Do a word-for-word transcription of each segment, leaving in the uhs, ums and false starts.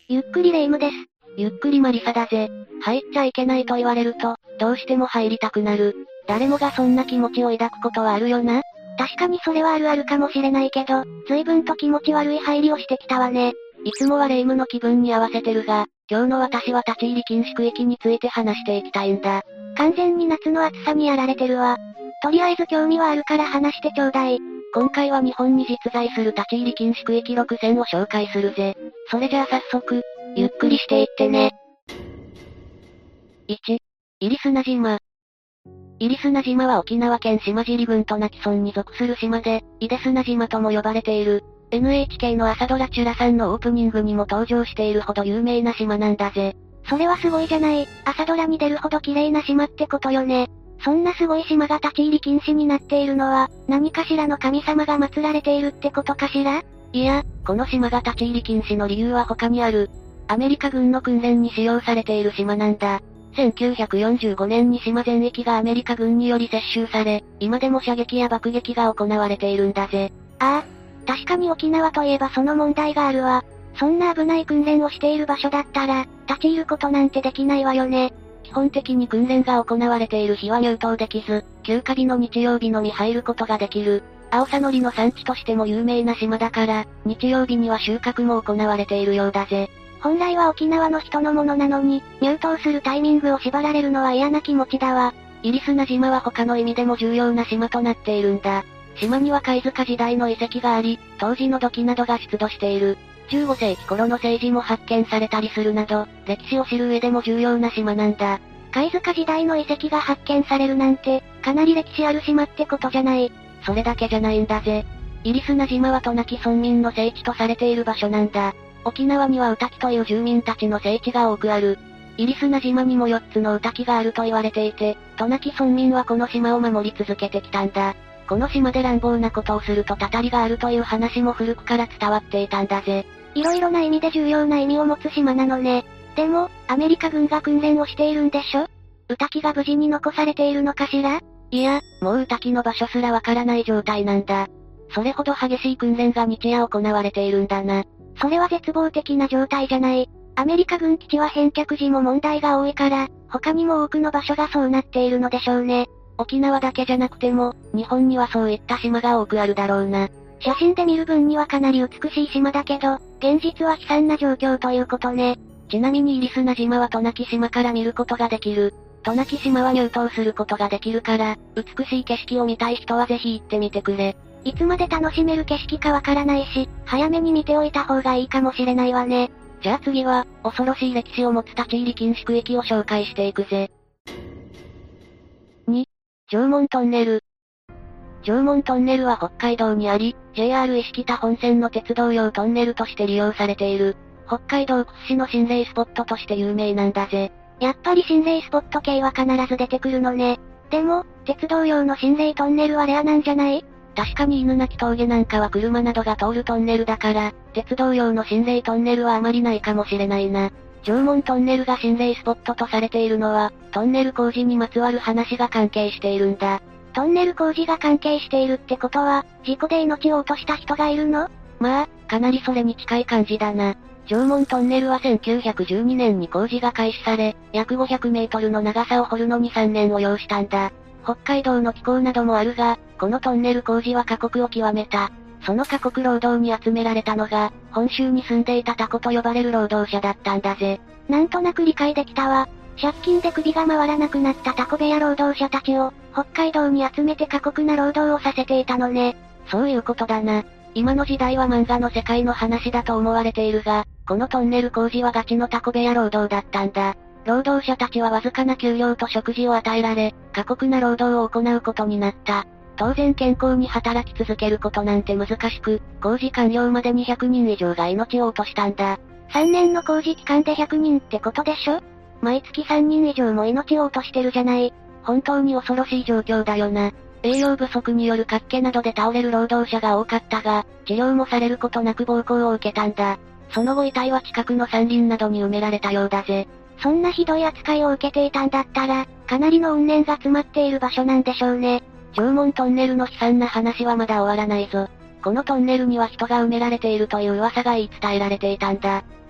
ゆっくりレ夢ムです。 ゆっくりマリサだぜ。入っちゃいけないと言われると、どうしても入りたくなる。誰もがそんな気持ちを抱くことはあるよな。 確かにそれはあるあるかもしれないけど、随分と気持ち悪い入りをしてきたわね。 いつもはレ夢ムの気分に合わせてるが、今日の私は立ち入り禁止区域について話していきたいんだ。 完全に夏の暑さにやられてるわ。とりあえず興味はあるから話してちょうだい。 今回は日本に実在する立ち入り禁止区域ろくせんを紹介するぜ。それじゃあ早速、ゆっくりしていってね。いち、入砂島。入砂島は沖縄県島尻郡渡名喜村に属する島で、出砂島とも呼ばれている。エヌエイチケー の朝ドラチュラさんのオープニングにも登場しているほど有名な島なんだぜ。 それはすごいじゃない。朝ドラに出るほど綺麗な島ってことよね。そんなすごい島が立ち入り禁止になっているのは、何かしらの神様が祀られているってことかしら？ いや、この島が立ち入り禁止の理由は他にある。アメリカ軍の訓練に使用されている島なんだ。せんきゅうひゃくよんじゅうごねんに島全域がアメリカ軍により接収され、今でも射撃や爆撃が行われているんだぜ。 ああ、確かに沖縄といえばその問題があるわ。そんな危ない訓練をしている場所だったら、立ち入ることなんてできないわよね。 基本的に訓練が行われている日は入島できず、休暇日の日曜日のみ入ることができる。青さのりの産地としても有名な島だから、日曜日には収穫も行われているようだぜ。 本来は沖縄の人のものなのに、入島するタイミングを縛られるのは嫌な気持ちだわ。 入砂島は他の意味でも重要な島となっているんだ。島には貝塚時代の遺跡があり、当時の土器などが出土している。じゅうごせいき頃の政治も発見されたりするなど、歴史を知る上でも重要な島なんだ。 貝塚時代の遺跡が発見されるなんて、かなり歴史ある島ってことじゃない。 それだけじゃないんだぜ。入砂島は渡名喜村民の聖地とされている場所なんだ。沖縄には宇滝という住民たちの聖地が多くある。入砂島にもよっつの宇滝があると言われていて、渡名喜村民はこの島を守り続けてきたんだ。この島で乱暴なことをするとたたりがあるという話も古くから伝わっていたんだぜ。 いろいろな意味で重要な意味を持つ島なのね。でも、アメリカ軍が訓練をしているんでしょ？宇滝が無事に残されているのかしら？ いや、もう宇滝の場所すらわからない状態なんだ。それほど激しい訓練が日夜行われているんだな。 それは絶望的な状態じゃない。アメリカ軍基地は返却時も問題が多いから、他にも多くの場所がそうなっているのでしょうね。 沖縄だけじゃなくても、日本にはそういった島が多くあるだろうな。 写真で見る分にはかなり美しい島だけど、現実は悲惨な状況ということね。 ちなみに入砂島は渡名喜島から見ることができる。渡名喜島は入島することができるから、美しい景色を見たい人はぜひ行ってみてくれ。 いつまで楽しめる景色かわからないし、早めに見ておいた方がいいかもしれないわね。 じゃあ次は、恐ろしい歴史を持つ立ち入り禁止区域を紹介していくぜ。に、縄文トンネル。縄文トンネルは北海道にあり、ジェイアール 石北本線の鉄道用トンネルとして利用されている。北海道屈指の心霊スポットとして有名なんだぜ。 やっぱり心霊スポット系は必ず出てくるのね。でも、鉄道用の心霊トンネルはレアなんじゃない？ 確かに犬鳴峠なんかは車などが通るトンネルだから、鉄道用の心霊トンネルはあまりないかもしれないな。縄文トンネルが心霊スポットとされているのは、トンネル工事にまつわる話が関係しているんだ。 トンネル工事が関係しているってことは、事故で命を落とした人がいるの？ まあ、かなりそれに近い感じだな。縄文トンネルはせんきゅうひゃくじゅうにねんに工事が開始され、約ごひゃくメートルの長さを掘るのにさんねんを要したんだ。北海道の気候などもあるが、このトンネル工事は過酷を極めた。その過酷労働に集められたのが、本州に住んでいたタコと呼ばれる労働者だったんだぜ。 なんとなく理解できたわ。借金で首が回らなくなったタコ部屋労働者たちを、北海道に集めて過酷な労働をさせていたのね。 そういうことだな。今の時代は漫画の世界の話だと思われているが、このトンネル工事はガチのタコ部屋労働だったんだ。労働者たちはわずかな給料と食事を与えられ、過酷な労働を行うことになった。当然健康に働き続けることなんて難しく、工事完了までにひゃくにん以上が命を落としたんだ。 さんねんの工事期間でひゃくにんってことでしょ？毎月さんにん以上も命を落としてるじゃない。 本当に恐ろしい状況だよな。栄養不足による活気などで倒れる労働者が多かったが、治療もされることなく暴行を受けたんだ。その後遺体は近くの山林などに埋められたようだぜ。 そんなひどい扱いを受けていたんだったら、かなりの怨念が詰まっている場所なんでしょうね。 縄文トンネルの悲惨な話はまだ終わらないぞ。このトンネルには人が埋められているという噂が言い伝えられていたんだ。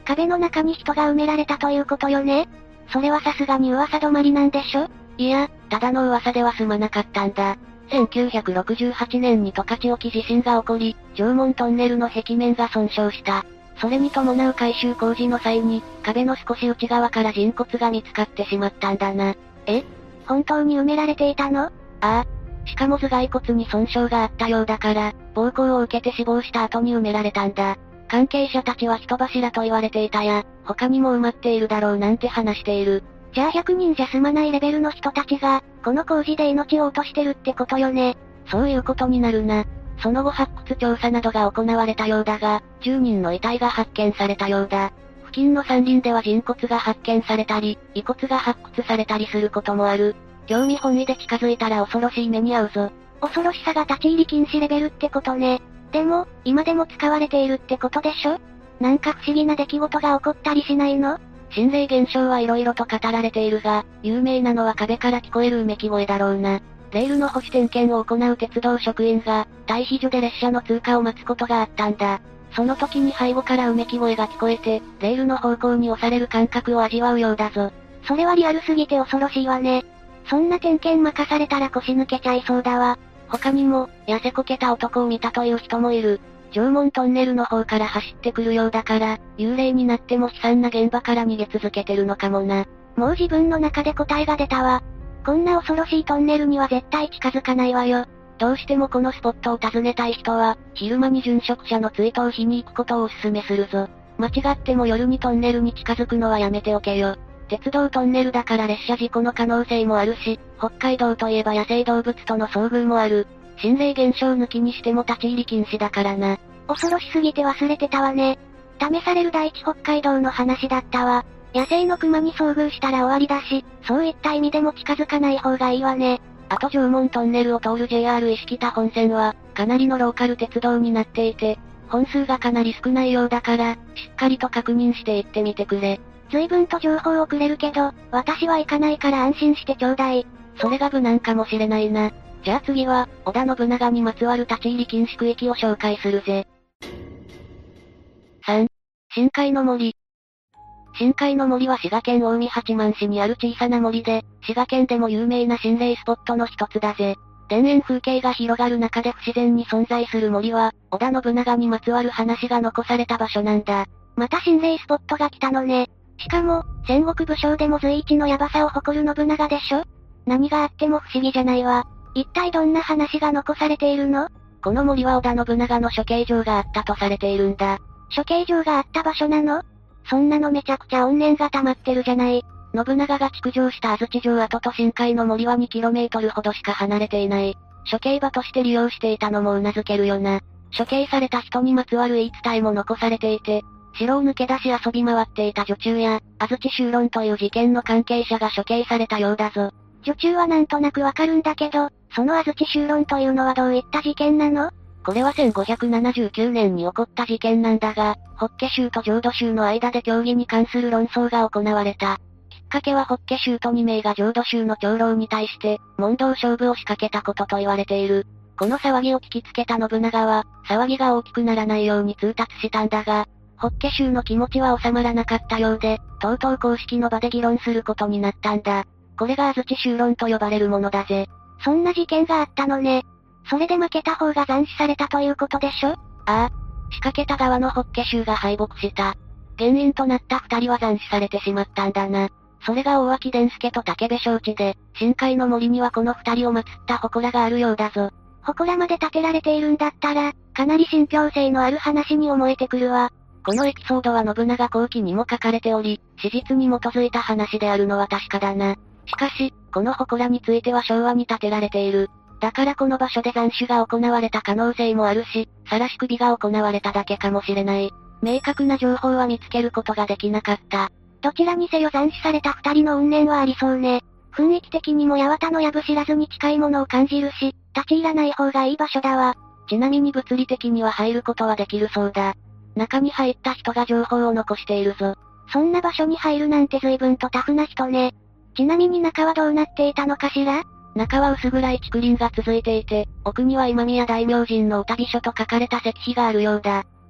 壁の中に人が埋められたということよね。それはさすがに噂止まりなんでしょ？ いや、ただの噂では済まなかったんだ。せんきゅうひゃくろくじゅうはちねんに十勝沖地震が起こり、縄文トンネルの壁面が損傷した。それに伴う改修工事の際に、壁の少し内側から人骨が見つかってしまったんだな。 え？本当に埋められていたの？ああ。しかも頭蓋骨に損傷があったようだから、暴行を受けて死亡した後に埋められたんだ。関係者たちは人柱と言われていたや、他にも埋まっているだろうなんて話している。 じゃあひゃくにんじゃ済まないレベルの人たちが、この工事で命を落としてるってことよね。 そういうことになるな。その後発掘調査などが行われたようだが、じゅうにんの遺体が発見されたようだ。付近の山林では人骨が発見されたり、遺骨が発掘されたりすることもある。興味本位で近づいたら恐ろしい目に遭うぞ。 恐ろしさが立ち入り禁止レベルってことね。でも、今でも使われているってことでしょ？なんか不思議な出来事が起こったりしないの？ 心霊現象はいろいろと語られているが、有名なのは壁から聞こえるうめき声だろうな。レールの保守点検を行う鉄道職員が、退避所で列車の通過を待つことがあったんだ。その時に背後からうめき声が聞こえて、レールの方向に押される感覚を味わうようだぞ。 それはリアルすぎて恐ろしいわね。そんな点検任されたら腰抜けちゃいそうだわ。 他にも、痩せこけた男を見たという人もいる。縄文トンネルの方から走ってくるようだから、幽霊になっても悲惨な現場から逃げ続けてるのかもな。 もう自分の中で答えが出たわ。こんな恐ろしいトンネルには絶対近づかないわよ。 どうしてもこのスポットを訪ねたい人は、昼間に殉職者の追悼碑に行くことをお勧めするぞ。間違っても夜にトンネルに近づくのはやめておけよ。鉄道トンネルだから列車事故の可能性もあるし、北海道といえば野生動物との遭遇もある。心霊現象抜きにしても立ち入り禁止だからな。 恐ろしすぎて忘れてたわね。試される第一北海道の話だったわ。野生の熊に遭遇したら終わりだし、そういった意味でも近づかない方がいいわね。 あと縄文トンネルを通る ジェイアール 石北本線は、かなりのローカル鉄道になっていて、本数がかなり少ないようだから、しっかりと確認して行ってみてくれ。 随分と情報をくれるけど、私は行かないから安心してちょうだい。 それが無難かもしれないな。じゃあ次は、織田信長にまつわる立ち入り禁止区域を紹介するぜ。さん. 深海の森。深海の森は滋賀県近江八幡市にある小さな森で、滋賀県でも有名な心霊スポットの一つだぜ。田園風景が広がる中で不自然に存在する森は、織田信長にまつわる話が残された場所なんだ。 また心霊スポットが来たのね。しかも、戦国武将でも随一のヤバさを誇る信長でしょ？何があっても不思議じゃないわ。一体どんな話が残されているの？ この森は織田信長の処刑場があったとされているんだ。 処刑場があった場所なの？そんなのめちゃくちゃ怨念が溜まってるじゃない。 信長が築城した安土城跡と深海の森はにキロメートルほどしか離れていない。処刑場として利用していたのも頷けるよな。処刑された人にまつわる言い伝えも残されていて、城を抜け出し遊び回っていた女中や、安土修論という事件の関係者が処刑されたようだぞ。 女中はなんとなくわかるんだけど、その安土修論というのはどういった事件なの？ これはせんごひゃくななじゅうきゅうねんに起こった事件なんだが、法華宗と浄土宗の間で教義に関する論争が行われた。きっかけは法華宗徒に名が浄土宗の長老に対して、問答勝負を仕掛けたことと言われている。この騒ぎを聞きつけた信長は、騒ぎが大きくならないように通達したんだが、法華宗の気持ちは収まらなかったようで、とうとう公式の場で議論することになったんだ。これが安土修論と呼ばれるものだぜ。 そんな事件があったのね。それで負けた方が斬首されたということでしょ？ああ。仕掛けた側の法華宗が敗北した。原因となった二人は斬首されてしまったんだな。それが大脇伝助と武部承知で、深海の森にはこの二人を祀った祠があるようだぞ。 祠まで建てられているんだったら、かなり信憑性のある話に思えてくるわ。 このエピソードは信長後期にも書かれており、史実に基づいた話であるのは確かだな。しかし、この祠については昭和に建てられている。だからこの場所で斬首が行われた可能性もあるし、晒し首が行われただけかもしれない。明確な情報は見つけることができなかった。 どちらにせよ斬首された二人の怨念はありそうね。雰囲気的にも八幡の藪知らずに近いものを感じるし、立ち入らない方がいい場所だわ。 ちなみに物理的には入ることはできるそうだ。中に入った人が情報を残しているぞ。 そんな場所に入るなんて随分とタフな人ね。ちなみに中はどうなっていたのかしら？ 中は薄暗い竹林が続いていて、奥には今宮大明神の歌秘書と書かれた石碑があるようだ。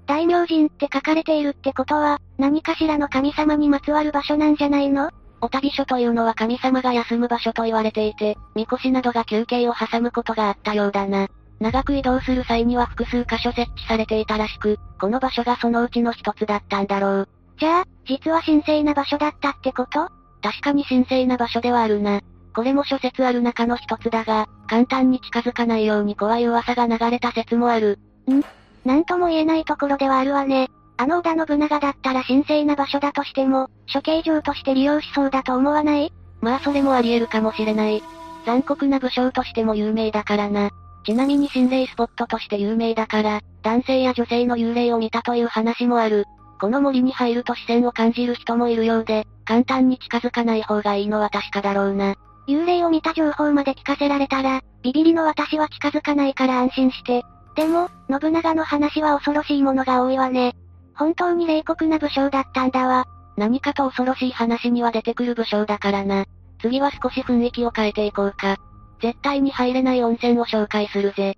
大明神って書かれているってことは、何かしらの神様にまつわる場所なんじゃないの？ お旅所というのは神様が休む場所と言われていて、神輿などが休憩を挟むことがあったようだな。長く移動する際には複数箇所設置されていたらしく、この場所がそのうちの一つだったんだろう。 じゃあ、実は神聖な場所だったってこと？ 確かに神聖な場所ではあるな。これも諸説ある中の一つだが、簡単に近づかないように怖い噂が流れた説もある。 ん？なんとも言えないところではあるわね。あの織田信長だったら神聖な場所だとしても、処刑場として利用しそうだと思わない？ まあそれもあり得るかもしれない。残酷な武将としても有名だからな。ちなみに心霊スポットとして有名だから、男性や女性の幽霊を見たという話もある。この森に入ると視線を感じる人もいるようで、簡単に近づかない方がいいのは確かだろうな。 幽霊を見た情報まで聞かせられたら、ビビりの私は近づかないから安心して。でも、信長の話は恐ろしいものが多いわね。本当に冷酷な武将だったんだわ。 何かと恐ろしい話には出てくる武将だからな。次は少し雰囲気を変えていこうか。絶対に入れない温泉を紹介するぜ。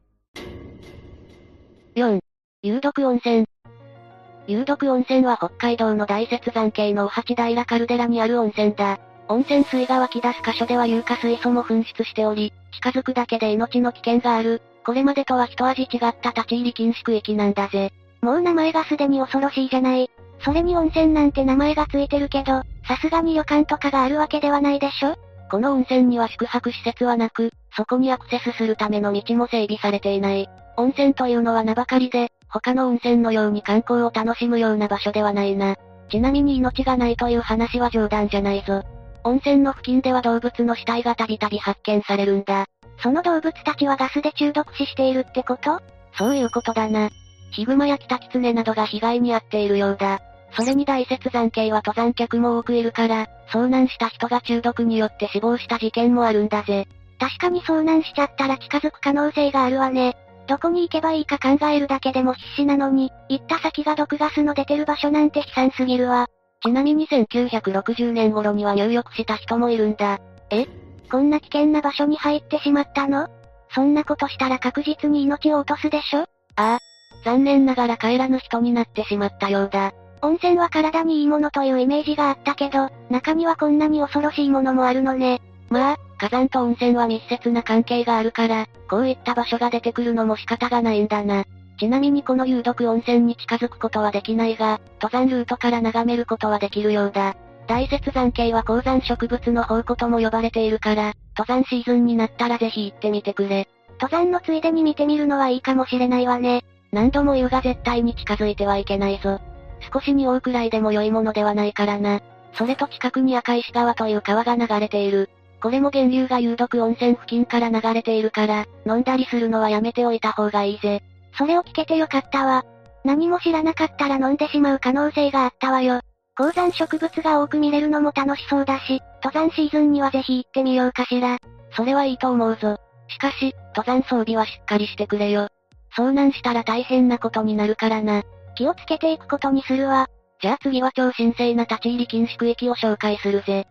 よん. 有毒温泉。有毒温泉は北海道の大雪山系のお八平カルデラにある温泉だ。温泉水が湧き出す箇所では硫化水素も噴出しており、近づくだけで命の危険がある。これまでとは一味違った立ち入り禁止区域なんだぜ。 もう名前がすでに恐ろしいじゃない。それに温泉なんて名前がついてるけど、さすがに旅館とかがあるわけではないでしょ？ この温泉には宿泊施設はなく、そこにアクセスするための道も整備されていない。温泉というのは名ばかりで、他の温泉のように観光を楽しむような場所ではないな。ちなみに命がないという話は冗談じゃないぞ。温泉の付近では動物の死体がたびたび発見されるんだ。 その動物たちはガスで中毒死しているってこと？ そういうことだな。ヒグマやキタキツネなどが被害に遭っているようだ。それに大雪山系は登山客も多くいるから、遭難した人が中毒によって死亡した事件もあるんだぜ。 確かに遭難しちゃったら近づく可能性があるわね。どこに行けばいいか考えるだけでも必死なのに、行った先が毒ガスの出てる場所なんて悲惨すぎるわ。 ちなみにせんきゅうひゃくろくじゅうねん頃には入浴した人もいるんだ。 え？こんな危険な場所に入ってしまったの？そんなことしたら確実に命を落とすでしょ？ ああ。残念ながら帰らぬ人になってしまったようだ。 温泉は体にいいものというイメージがあったけど、中にはこんなに恐ろしいものもあるのね。 まあ、火山と温泉は密接な関係があるから、こういった場所が出てくるのも仕方がないんだな。ちなみにこの有毒温泉に近づくことはできないが、登山ルートから眺めることはできるようだ。大雪山系は高山植物の宝庫とも呼ばれているから、登山シーズンになったらぜひ行ってみてくれ。 登山のついでに見てみるのはいいかもしれないわね。 何度も言うが絶対に近づいてはいけないぞ。少しに多くらいでも良いものではないからな。それと近くに赤石川という川が流れている。これも源流が有毒温泉付近から流れているから、飲んだりするのはやめておいた方がいいぜ。 それを聞けてよかったわ。何も知らなかったら飲んでしまう可能性があったわよ。高山植物が多く見れるのも楽しそうだし、登山シーズンにはぜひ行ってみようかしら。 それはいいと思うぞ。しかし、登山装備はしっかりしてくれよ。遭難したら大変なことになるからな。 気をつけていくことにするわ。 じゃあ次は超神聖な立ち入り禁止区域を紹介するぜ。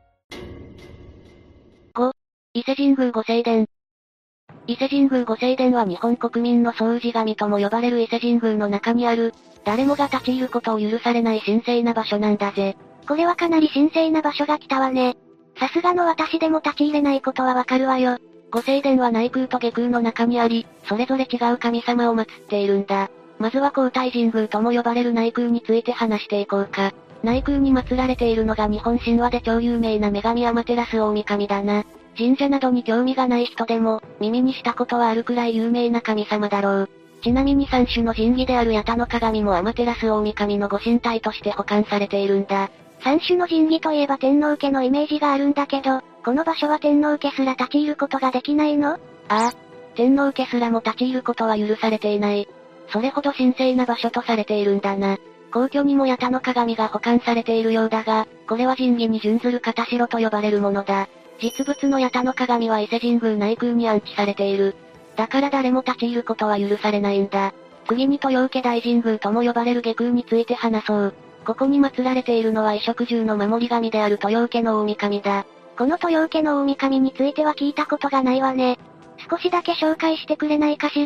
ご. 伊勢神宮御正殿。伊勢神宮御正殿は日本国民の総氏神とも呼ばれる伊勢神宮の中にある、誰もが立ち入ることを許されない神聖な場所なんだぜ。 これはかなり神聖な場所が来たわね。さすがの私でも立ち入れないことはわかるわよ。 御正殿は内宮と下宮の中にあり、それぞれ違う神様を祀っているんだ。まずは皇太神宮とも呼ばれる内宮について話していこうか。内宮に祀られているのが日本神話で超有名な女神天照大神だな。神社などに興味がない人でも、耳にしたことはあるくらい有名な神様だろう。ちなみに三種の神器である八田の鏡も天照大神のご神体として保管されているんだ。 三種の神器といえば天皇家のイメージがあるんだけど、この場所は天皇家すら立ち入ることができないの？ああ。天皇家すらも立ち入ることは許されていない。それほど神聖な場所とされているんだな。皇居にも八田の鏡が保管されているようだが、これは神器に準ずる片城と呼ばれるものだ。実物の八田の鏡は伊勢神宮内宮に安置されている。だから誰も立ち入ることは許されないんだ。次に豊受大神宮とも呼ばれる下宮について話そう。ここに祀られているのは衣食住の守り神である豊受の大神だ。 この豊受の大神については聞いたことがないわね。少しだけ紹介してくれないかしら？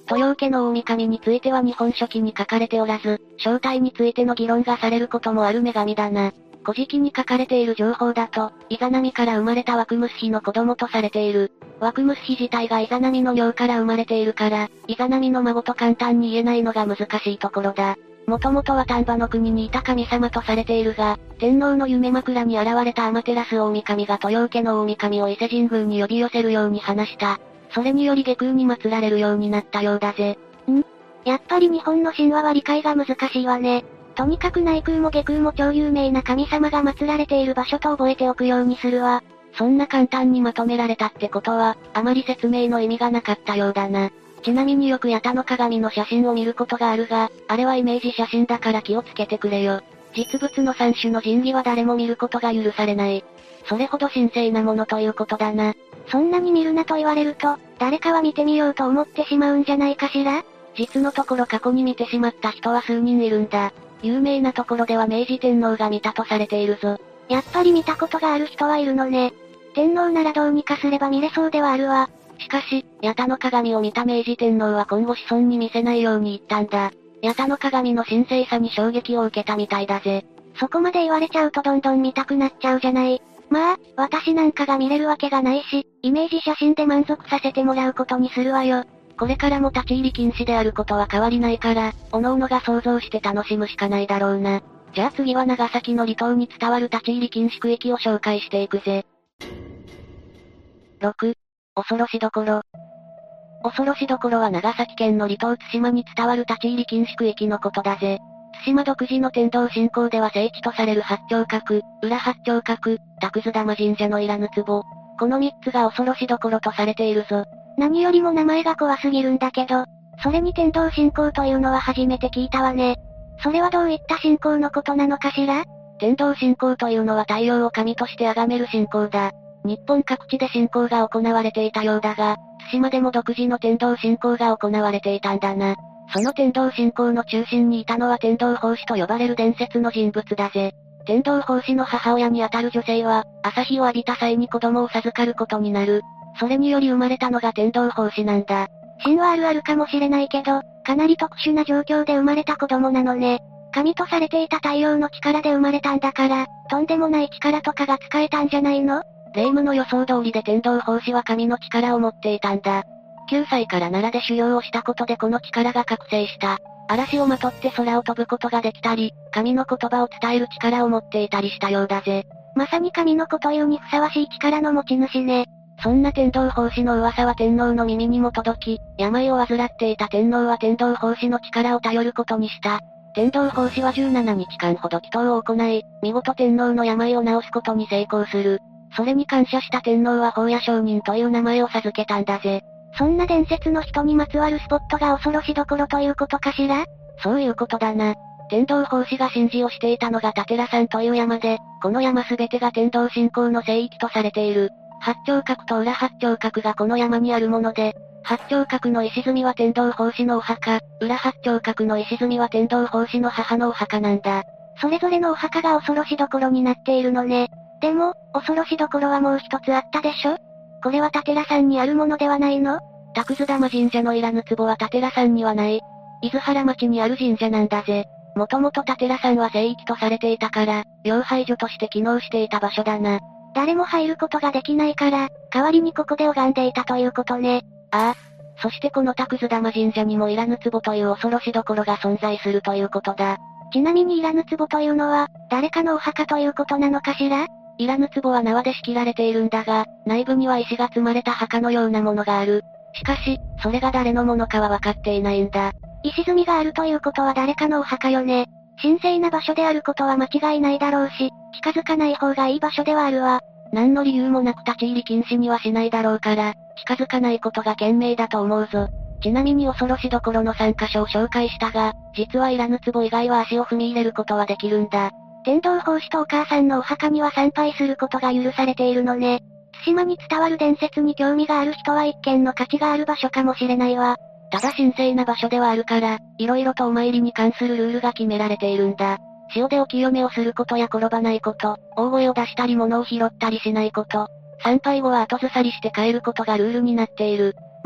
豊受の大神については日本書紀に書かれておらず、正体についての議論がされることもある女神だな。古事記に書かれている情報だと、イザナミから生まれたワクムスヒの子供とされている。ワクムスヒ自体がイザナミの尿から生まれているから、イザナミの孫と簡単に言えないのが難しいところだ。もともとは丹波の国にいた神様とされているが、天皇の夢枕に現れたアマテラス大神が豊受の大神を伊勢神宮に呼び寄せるように話した。それにより下空に祀られるようになったようだぜ。 ん?やっぱり日本の神話は理解が難しいわね。とにかく内空も下空も超有名な神様が祀られている場所と覚えておくようにするわ。 そんな簡単にまとめられたってことは、あまり説明の意味がなかったようだな。ちなみによく八田の鏡の写真を見ることがあるが、あれはイメージ写真だから気をつけてくれよ。実物の三種の神器は誰も見ることが許されない。それほど神聖なものということだな。 そんなに見るなと言われると、誰かは見てみようと思ってしまうんじゃないかしら? 実のところ過去に見てしまった人は数人いるんだ。有名なところでは明治天皇が見たとされているぞ。 やっぱり見たことがある人はいるのね。天皇ならどうにかすれば見れそうではあるわ。 しかし、八田の鏡を見た明治天皇は今後子孫に見せないように言ったんだ。八田の鏡の神聖さに衝撃を受けたみたいだぜ。 そこまで言われちゃうとどんどん見たくなっちゃうじゃない。まあ、私なんかが見れるわけがないし、イメージ写真で満足させてもらうことにするわよ。 これからも立ち入り禁止であることは変わりないから、各々が想像して楽しむしかないだろうな。じゃあ次は長崎の離島に伝わる立ち入り禁止区域を紹介していくぜ。ろく、恐ろしどころ。恐ろしどころは長崎県の離島対馬に伝わる立ち入り禁止区域のことだぜ。対馬独自の天道信仰では聖地とされる八丁閣、裏八丁閣、卓津玉神社のいらぬ壺。この三つが恐ろしどころとされているぞ。 何よりも名前が怖すぎるんだけど、それに天道信仰というのは初めて聞いたわね。それはどういった信仰のことなのかしら? 天道信仰というのは太陽を神として崇める信仰だ。日本各地で信仰が行われていたようだが、対馬でも独自の天道信仰が行われていたんだな。その天道信仰の中心にいたのは天道法師と呼ばれる伝説の人物だぜ。天道法師の母親にあたる女性は、朝日を浴びた際に子供を授かることになる。それにより生まれたのが天道法師なんだ。 神話あるあるかもしれないけど、かなり特殊な状況で生まれた子供なのね。神とされていた太陽の力で生まれたんだから、とんでもない力とかが使えたんじゃないの? 霊夢の予想通りで天道法師は神の力を持っていたんだ。きゅうさいから奈良で修行をしたことでこの力が覚醒した。嵐をまとって空を飛ぶことができたり、神の言葉を伝える力を持っていたりしたようだぜ。 まさに神の子というにふさわしい力の持ち主ね。 そんな天道法師の噂は天皇の耳にも届き、病を患っていた天皇は天道法師の力を頼ることにした。天道法師はじゅうななにちかんほど祈祷を行い、見事天皇の病を治すことに成功する。それに感謝した天皇は法や上人という名前を授けたんだぜ。 そんな伝説の人にまつわるスポットが恐ろしどころということかしら? そういうことだな。天道法師が神事をしていたのが立良山という山で、この山すべてが天道信仰の聖域とされている。八丁閣と裏八丁閣がこの山にあるもので、八丁閣の石積みは天道法師のお墓、裏八丁閣の石積みは天道法師の母のお墓なんだ。 それぞれのお墓が恐ろしどころになっているのね。でも、恐ろしどころはもう一つあったでしょ?これは立良山にあるものではないの? 卓津玉神社のいらぬ壺は立良山にはない。伊豆原町にある神社なんだぜ。もともと立良山は聖域とされていたから、妖拝所として機能していた場所だな。 誰も入ることができないから、代わりにここで拝んでいたということね。 ああ。そしてこの卓津玉神社にもいらぬ壺という恐ろしどころが存在するということだ。 ちなみにいらぬ壺というのは、誰かのお墓ということなのかしら? いらぬ壺は縄で仕切られているんだが、内部には石が積まれた墓のようなものがある。しかし、それが誰のものかは分かっていないんだ。 石積みがあるということは誰かのお墓よね。神聖な場所であることは間違いないだろうし、近づかない方がいい場所ではあるわ。 何の理由もなく立ち入り禁止にはしないだろうから、近づかないことが賢明だと思うぞ。ちなみに恐ろしどころのさんかしょを紹介したが、実はいらぬ壺以外は足を踏み入れることはできるんだ。 天道法師とお母さんのお墓には参拝することが許されているのね。対馬に伝わる伝説に興味がある人は一見の価値がある場所かもしれないわ。 ただ神聖な場所ではあるから、色々とお参りに関するルールが決められているんだ。塩でお清めをすることや転ばないこと、大声を出したり物を拾ったりしないこと、参拝後は後ずさりして帰ることがルールになっている。 まあ、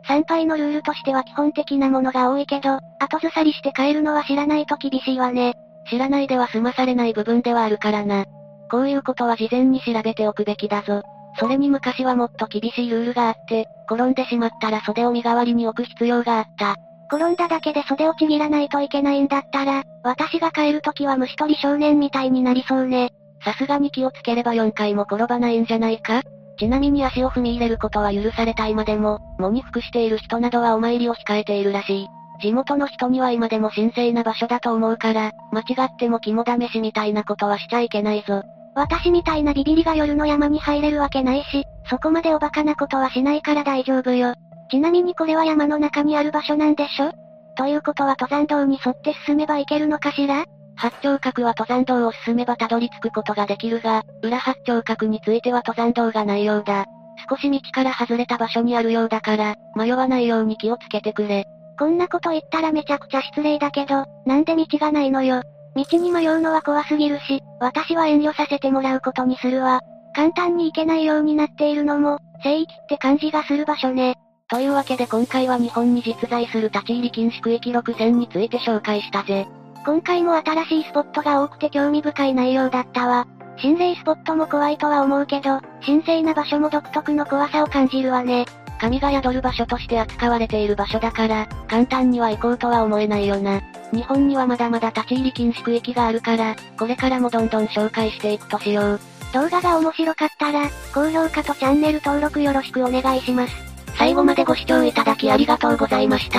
参拝のルールとしては基本的なものが多いけど、後ずさりして帰るのは知らないと厳しいわね。 知らないでは済まされない部分ではあるからな。こういうことは事前に調べておくべきだぞ。それに昔はもっと厳しいルールがあって、転んでしまったら袖を身代わりに置く必要があった。 転んだだけで袖をちぎらないといけないんだったら、私が帰るときは虫取り少年みたいになりそうね。 さすがに気をつければよんかいも転ばないんじゃないか？ちなみに足を踏み入れることは許された今でも、喪に服している人などはお参りを控えているらしい。地元の人には今でも神聖な場所だと思うから、間違っても肝試しみたいなことはしちゃいけないぞ。 私みたいなビビリが夜の山に入れるわけないし、そこまでおバカなことはしないから大丈夫よ。ちなみにこれは山の中にある場所なんでしょ？ということは登山道に沿って進めば行けるのかしら？ 八丁角は登山道を進めばたどり着くことができるが、裏八丁角については登山道がないようだ。少し道から外れた場所にあるようだから、迷わないように気をつけてくれ。 こんなこと言ったらめちゃくちゃ失礼だけど、なんで道がないのよ。道に迷うのは怖すぎるし、私は遠慮させてもらうことにするわ。簡単に行けないようになっているのも、聖域って感じがする場所ね。 というわけで今回は日本に実在する立ち入り禁止区域ろくせんについて紹介したぜ。 今回も新しいスポットが多くて興味深い内容だったわ。心霊スポットも怖いとは思うけど、神聖な場所も独特の怖さを感じるわね。 神が宿る場所として扱われている場所だから、簡単には行こうとは思えないよな。日本にはまだまだ立ち入り禁止区域があるから、これからもどんどん紹介していくとしよう。 動画が面白かったら、高評価とチャンネル登録よろしくお願いします。 最後までご視聴いただきありがとうございました。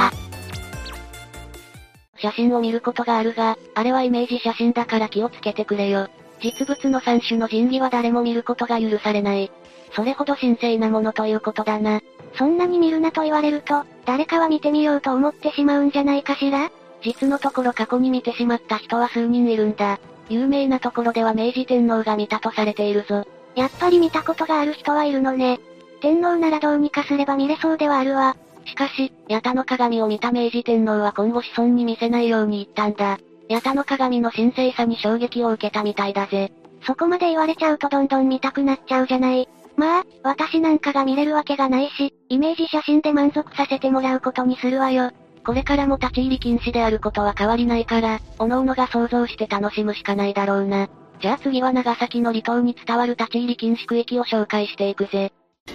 写真を見ることがあるが、あれはイメージ写真だから気をつけてくれよ。実物のさん種の神器は誰も見ることが許されない。それほど神聖なものということだな。 そんなに見るなと言われると、誰かは見てみようと思ってしまうんじゃないかしら？ 実のところ過去に見てしまった人は数人いるんだ。有名なところでは明治天皇が見たとされているぞ。 やっぱり見たことがある人はいるのね。天皇ならどうにかすれば見れそうではあるわ。 しかし、八田の鏡を見た明治天皇は今後子孫に見せないように言ったんだ。八田の鏡の神聖さに衝撃を受けたみたいだぜ。 そこまで言われちゃうとどんどん見たくなっちゃうじゃない。まあ、私なんかが見れるわけがないし、イメージ写真で満足させてもらうことにするわよ。 これからも立ち入り禁止であることは変わりないから、各々が想像して楽しむしかないだろうな。じゃあ次は長崎の離島に伝わる立ち入り禁止区域を紹介していくぜ。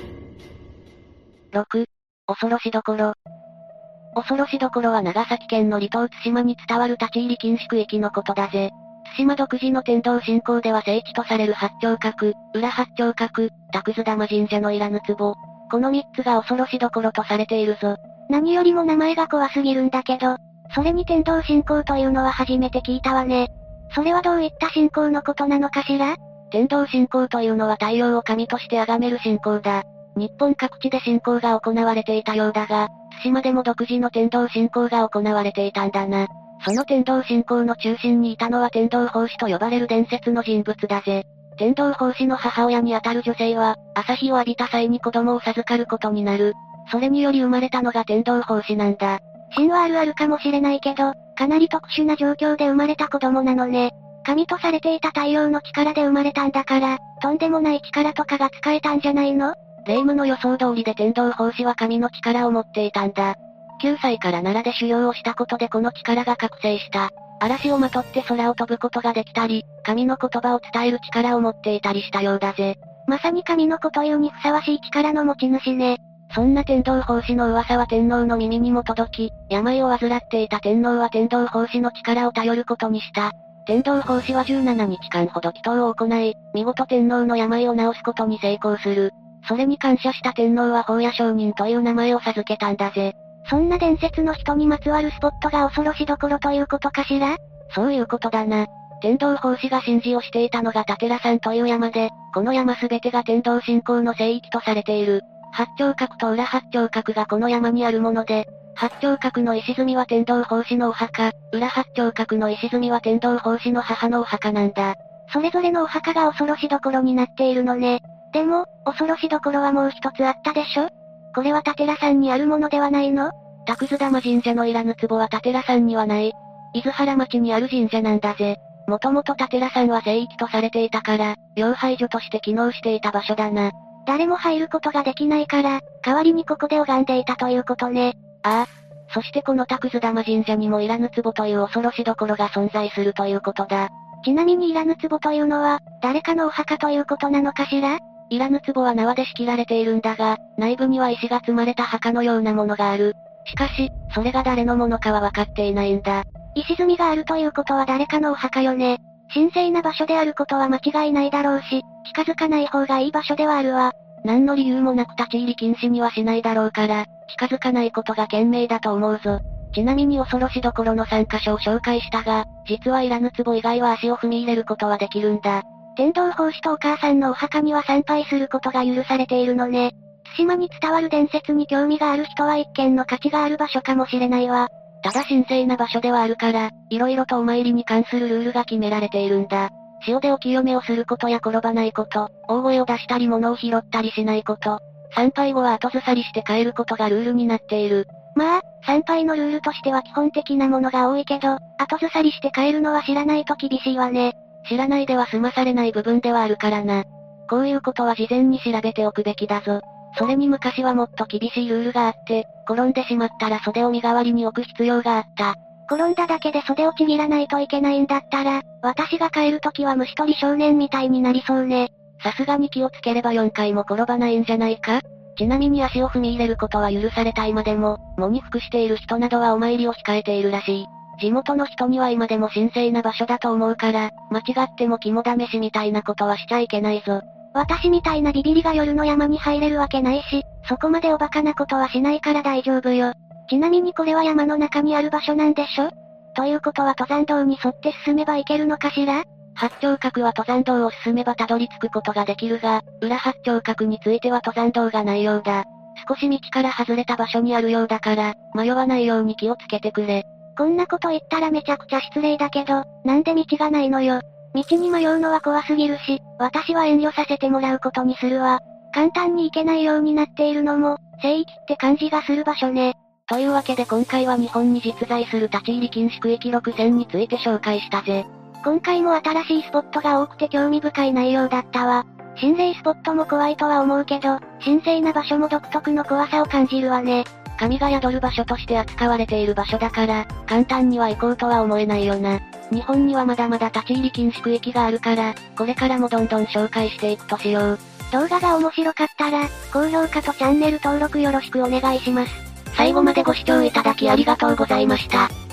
ろく、恐ろしどころ。恐ろしどころは長崎県の離島対馬に伝わる立ち入り禁止区域のことだぜ。対馬独自の天道信仰では聖地とされる八丁角、裏八丁角、卓津玉神社のいらぬ壺。このみっつが恐ろしどころとされているぞ。 何よりも名前が怖すぎるんだけど、それに天道信仰というのは初めて聞いたわね。それはどういった信仰のことなのかしら？ 天道信仰というのは太陽を神として崇める信仰だ。日本各地で信仰が行われていたようだが、対馬でも独自の天道信仰が行われていたんだな。その天道信仰の中心にいたのは天道法師と呼ばれる伝説の人物だぜ。天道法師の母親にあたる女性は、朝日を浴びた際に子供を授かることになる。それにより生まれたのが天道法師なんだ。 神話あるあるかもしれないけど、かなり特殊な状況で生まれた子供なのね。神とされていた太陽の力で生まれたんだから、とんでもない力とかが使えたんじゃないの？ 霊夢の予想通りで天道法師は神の力を持っていたんだ。きゅうさいから奈良で修行をしたことでこの力が覚醒した。嵐をまとって空を飛ぶことができたり、神の言葉を伝える力を持っていたりしたようだぜ。 まさに神の子というにふさわしい力の持ち主ね。 そんな天道法師の噂は天皇の耳にも届き、病を患っていた天皇は天道法師の力を頼ることにした。天道法師はじゅうななにちかんほど祈祷を行い、見事天皇の病を治すことに成功する。それに感謝した天皇は法野上人という名前を授けたんだぜ。 そんな伝説の人にまつわるスポットが恐ろしどころということかしら？ そういうことだな。天道法師が神事をしていたのが立良山という山で、この山すべてが天道信仰の聖域とされている。八丁角と裏八丁角がこの山にあるもので、八丁角の石積みは天道法師のお墓、裏八丁角の石積みは天道法師の母のお墓なんだ。 それぞれのお墓が恐ろしどころになっているのね。でも、恐ろしどころはもう一つあったでしょ？これは立良山にあるものではないの？ 卓津玉神社のいらぬ壺は立良山にはない。伊豆原町にある神社なんだぜ。もともと立良山は聖域とされていたから、妖拝所として機能していた場所だな。 誰も入ることができないから、 代わりにここで拝んでいたということね。 ああ。そしてこのタクズダマ神社にもいらぬ壺という恐ろしどころが存在するということだ。 ちなみにいらぬ壺というのは、誰かのお墓ということなのかしら？ いらぬ壺は縄で仕切られているんだが、内部には石が積まれた墓のようなものがある。しかし、それが誰のものかは分かっていないんだ。 石積みがあるということは誰かのお墓よね。神聖な場所であることは間違いないだろうし、近づかない方がいい場所ではあるわ。 何の理由もなく立ち入り禁止にはしないだろうから、近づかないことが賢明だと思うぞ。ちなみに恐ろしどころのさんカ所を紹介したが、実はいらぬ壺以外は足を踏み入れることはできるんだ。 天道法師とお母さんのお墓には参拝することが許されているのね。対馬に伝わる伝説に興味がある人は一見の価値がある場所かもしれないわ。 ただ神聖な場所ではあるから、色々とお参りに関するルールが決められているんだ。塩でお清めをすることや転ばないこと、大声を出したり物を拾ったりしないこと、参拝後は後ずさりして帰ることがルールになっている。 まあ、参拝のルールとしては基本的なものが多いけど、後ずさりして帰るのは知らないと厳しいわね。 知らないでは済まされない部分ではあるからな。こういうことは事前に調べておくべきだぞ。それに昔はもっと厳しいルールがあって、転んでしまったら袖を身代わりに置く必要があった。 転んだだけで袖をちぎらないといけないんだったら、私が帰るときは虫取り少年みたいになりそうね。 さすがに気をつければよんかいも転ばないんじゃないか？ちなみに足を踏み入れることは許された今でも、喪に服している人などはお参りを控えているらしい。地元の人には今でも神聖な場所だと思うから、間違っても肝試しみたいなことはしちゃいけないぞ。 私みたいなビビリが夜の山に入れるわけないし、そこまでおバカなことはしないから大丈夫よ。ちなみにこれは山の中にある場所なんでしょ？ということは登山道に沿って進めば行けるのかしら？ 八丁角は登山道を進めばたどり着くことができるが、裏八丁角については登山道がないようだ。少し道から外れた場所にあるようだから、迷わないように気をつけてくれ。 こんなこと言ったらめちゃくちゃ失礼だけど、なんで道がないのよ。道に迷うのは怖すぎるし、私は遠慮させてもらうことにするわ。簡単に行けないようになっているのも、聖域って感じがする場所ね。 というわけで今回は日本に実在する立ち入り禁止区域ろく選について紹介したぜ。 今回も新しいスポットが多くて興味深い内容だったわ。心霊スポットも怖いとは思うけど、神聖な場所も独特の怖さを感じるわね。 神が宿る場所として扱われている場所だから、簡単には行こうとは思えないよな。日本にはまだまだ立ち入り禁止区域があるから、これからもどんどん紹介していくとしよう。 動画が面白かったら、高評価とチャンネル登録よろしくお願いします。 最後までご視聴いただきありがとうございました。